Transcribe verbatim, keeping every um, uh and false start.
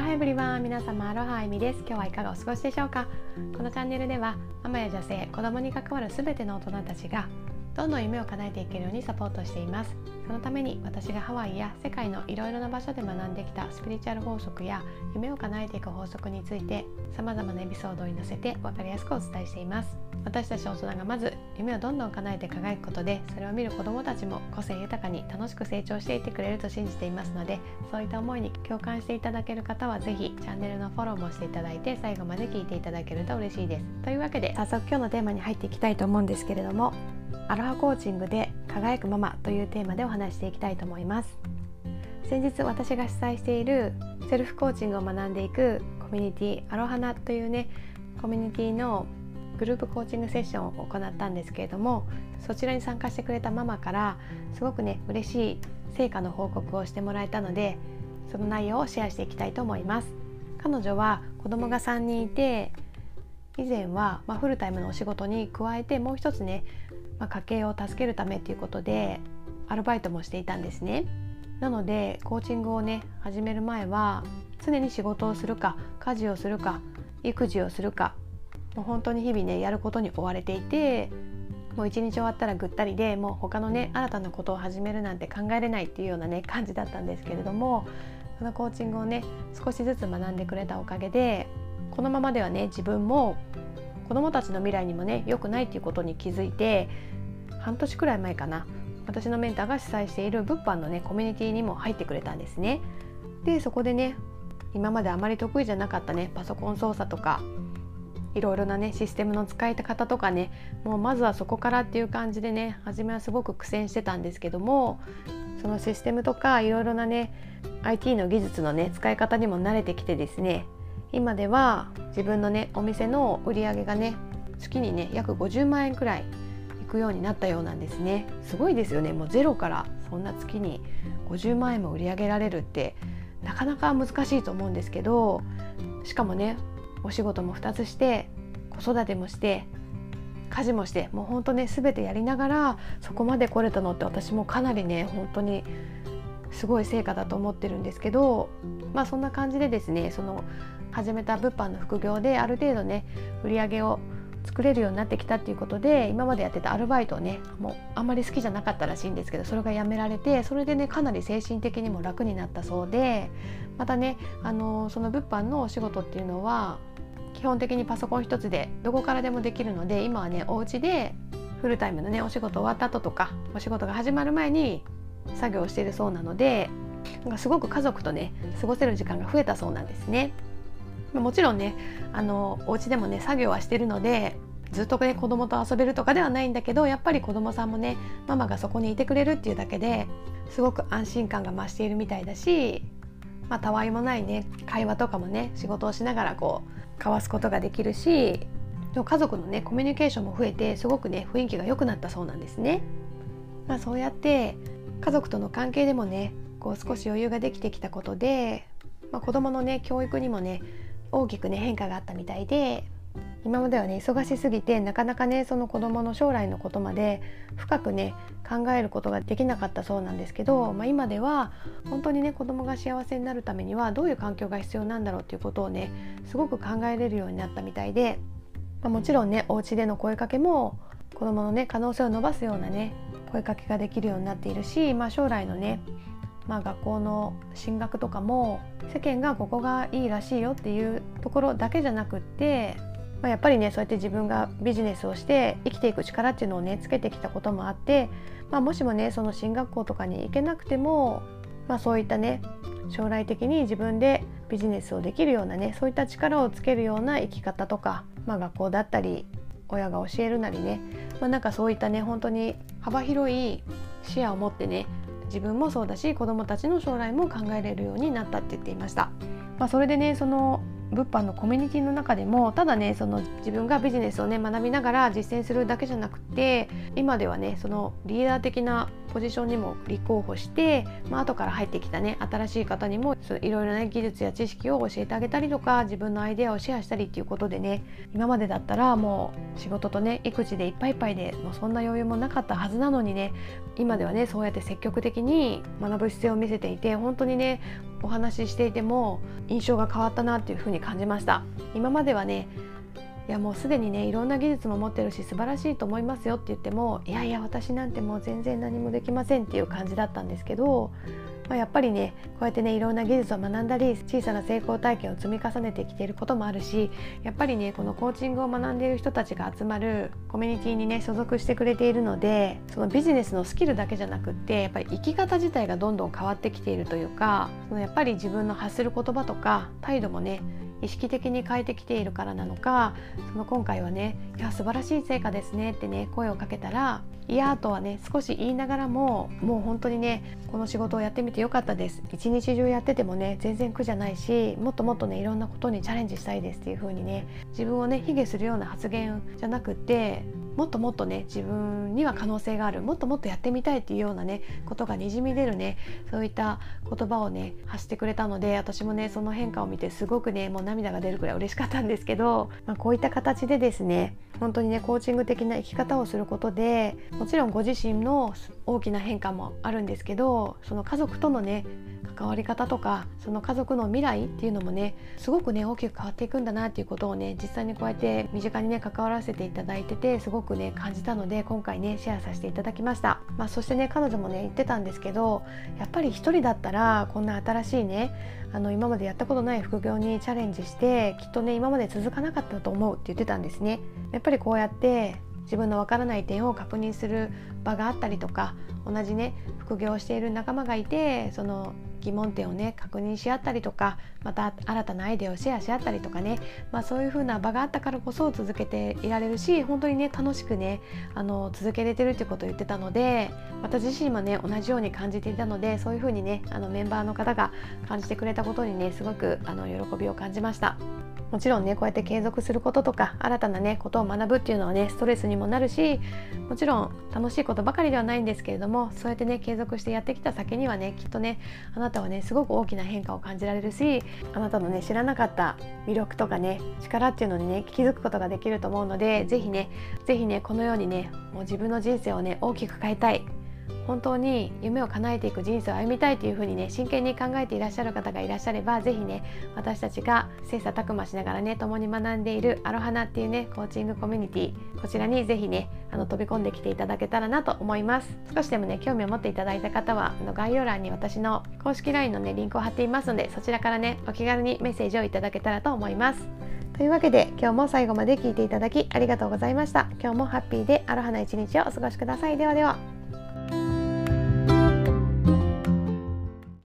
ハエブリワン、皆様アロハエミです。今日はいかがお過ごしでしょうか。このチャンネルではママや女性、子供に関わるすべての大人たちがどんどん夢を叶えていけるようにサポートしています。そのために私がハワイや世界のいろいろな場所で学んできたスピリチュアル法則や夢を叶えていく法則についてさまざまなエピソードに載せて分かりやすくお伝えしています。私たち大人がまず夢をどんどん叶えて輝くことで、それを見る子どもたちも個性豊かに楽しく成長していってくれると信じていますので、そういった思いに共感していただける方はぜひチャンネルのフォローもしていただいて最後まで聞いていただけると嬉しいです。というわけで早速今日のテーマに入っていきたいと思うんですけれども、アロハコーチングで輝くママというテーマでお話していきたいと思います。先日私が主催しているセルフコーチングを学んでいくコミュニティアロハナというねコミュニティのグループコーチングセッションを行ったんですけれども、そちらに参加してくれたママからすごくね嬉しい成果の報告をしてもらえたので、その内容をシェアしていきたいと思います。彼女は子供がさんにんいて、以前はまあフルタイムのお仕事に加えてもう一つね、まあ、家計を助けるためということでアルバイトもしていたんですね。なのでコーチングをね始める前は常に仕事をするか家事をするか育児をするか、もう本当に日々ねやることに追われていて、もう一日終わったらぐったりで、もう他のね新たなことを始めるなんて考えれないっていうようなね感じだったんですけれども、そのコーチングをね少しずつ学んでくれたおかげで、このままではね自分も子どもたちの未来にもね良くないっていうことに気づいて、半年くらい前かな、私のメンターが主催している物販のねコミュニティにも入ってくれたんですね。でそこでね今まであまり得意じゃなかったねパソコン操作とかいろいろなねシステムの使い方とかね、もうまずはそこからっていう感じでね、初めはすごく苦戦してたんですけども、そのシステムとかいろいろなね アイティー の技術のね使い方にも慣れてきてですね、今では自分のねお店の売り上げがね月にね約ごじゅうまんえんくらいいくようになったようなんですね。すごいですよね。もうゼロからそんな月にごじゅうまんえんも売り上げられるってなかなか難しいと思うんですけど、しかもねお仕事もふたつして子育てもして家事もして、もう本当ね全てやりながらそこまで来れたのって、私もかなりね本当にすごい成果だと思ってるんですけど、まあそんな感じでですね、その始めた物販の副業である程度ね売り上げを作れるようになってきたっていうことで、今までやってたアルバイトをねもうあんまり好きじゃなかったらしいんですけど、それがやめられて、それでねかなり精神的にも楽になったそうで、またねあのその物販のお仕事っていうのは基本的にパソコン一つでどこからでもできるので、今はねお家でフルタイムのねお仕事終わった後とかお仕事が始まる前に作業をしているそうなので、なんかすごく家族とね過ごせる時間が増えたそうなんですね。もちろんねあのお家でもね作業はしてるので、ずっとね子供と遊べるとかではないんだけど、やっぱり子供さんもねママがそこにいてくれるっていうだけですごく安心感が増しているみたいだし、まあたわいもないね会話とかもね仕事をしながらこう交わすことができるし、家族のねコミュニケーションも増えてすごくね雰囲気が良くなったそうなんですね。まあ、そうやって家族との関係でもねこう少し余裕ができてきたことで、まあ、子供のね教育にもね大きくね変化があったみたいで、今まではね忙しすぎてなかなかねその子供の将来のことまで深くね考えることができなかったそうなんですけど、まあ、今では本当にね子供が幸せになるためにはどういう環境が必要なんだろうっていうことをねすごく考えれるようになったみたいで、まあ、もちろんねお家での声かけも子供のね可能性を伸ばすようなね声かけができるようになっているし、まあ、将来のねまあ、学校の進学とかも世間がここがいいらしいよっていうところだけじゃなくって、まあ、やっぱりねそうやって自分がビジネスをして生きていく力っていうのをねつけてきたこともあって、まあ、もしもねその進学校とかに行けなくても、まあ、そういったね将来的に自分でビジネスをできるようなねそういった力をつけるような生き方とか、まあ、学校だったり親が教えるなりね、まあ、なんかそういったね本当に幅広い視野を持ってね自分もそうだし子どもたちの将来も考えれるようになったって言っていました。まあ、それでねその物販のコミュニティの中でもただねその自分がビジネスをね学びながら実践するだけじゃなくて、今ではねそのリーダー的なポジションにも立候補して、まあ後から入ってきたね新しい方にもいろいろね技術や知識を教えてあげたりとか、自分のアイデアをシェアしたりっていうことでね、今までだったらもう仕事とね育児でいっぱいいっぱいで、もうそんな余裕もなかったはずなのにね、今ではねそうやって積極的に学ぶ姿勢を見せていて、本当にねお話ししていても印象が変わったなっていうふうに感じました。今まではね、いやもうすでにねいろんな技術も持ってるし素晴らしいと思いますよって言っても、いやいや私なんてもう全然何もできませんっていう感じだったんですけど、まあ、やっぱりねこうやってねいろんな技術を学んだり小さな成功体験を積み重ねてきていることもあるし、やっぱりねこのコーチングを学んでいる人たちが集まるコミュニティにね所属してくれているので、そのビジネスのスキルだけじゃなくって、やっぱり生き方自体がどんどん変わってきているというか、そのやっぱり自分の発する言葉とか態度もね意識的に変えてきているからなのか、その今回はねいや素晴らしい成果ですねってね声をかけたら、いやとはね少し言いながらも、もう本当にねこの仕事をやってみてよかったです、一日中やっててもね全然苦じゃないし、もっともっとねいろんなことにチャレンジしたいですっていう風にね、自分をね卑下するような発言じゃなくって、もっともっとね自分には可能性がある、もっともっとやってみたいっていうようなねことがにじみ出るね、そういった言葉をね発してくれたので、私もねその変化を見てすごくねもう涙が出るくらい嬉しかったんですけど、まあ、こういった形でですね本当にねコーチング的な生き方をすることで、もちろんご自身の大きな変化もあるんですけど、その家族とのね関わり方とか、その家族の未来っていうのもねすごくね大きく変わっていくんだなっていうことをね実際にこうやって身近にね関わらせていただいててすごくね感じたので、今回ねシェアさせていただきました。まあ、そしてね彼女もね言ってたんですけど、やっぱり一人だったらこんな新しいねあの今までやったことない副業にチャレンジしてきっとね今まで続かなかったと思うって言ってたんですね。やっぱりこうやって自分のわからない点を確認する場があったりとか、同じね副業をしている仲間がいてその疑問点をね確認し合ったりとか、また新たなアイデアをシェアし合ったりとかね、まあ、そういう風な場があったからこそ続けていられるし、本当にね楽しくねあの続けれてるっていうことを言ってたので、私自身もね同じように感じていたので、そういう風にねあのメンバーの方が感じてくれたことにねすごくあの喜びを感じました。もちろんねこうやって継続することとか新たなねことを学ぶっていうのはねストレスにもなるし、もちろん楽しいことばかりではないんですけれども、そうやってね継続してやってきた先にはねきっとねあなたはねすごく大きな変化を感じられるし、あなたのね知らなかった魅力とかね力っていうのにね気づくことができると思うので、ぜひねぜひねこのようにねもう自分の人生をね大きく変えたい、本当に夢を叶えていく人生を歩みたいというふうにね真剣に考えていらっしゃる方がいらっしゃれば、ぜひね私たちが切磋琢磨しながらね共に学んでいるアロハナっていうねコーチングコミュニティ、こちらにぜひねあの飛び込んできていただけたらなと思います。少しでもね興味を持っていただいた方はあの概要欄に私の公式 ライン のねリンクを貼っていますので、そちらからねお気軽にメッセージをいただけたらと思います。というわけで今日も最後まで聞いていただきありがとうございました。今日もハッピーでアロハな一日をお過ごしください。ではでは。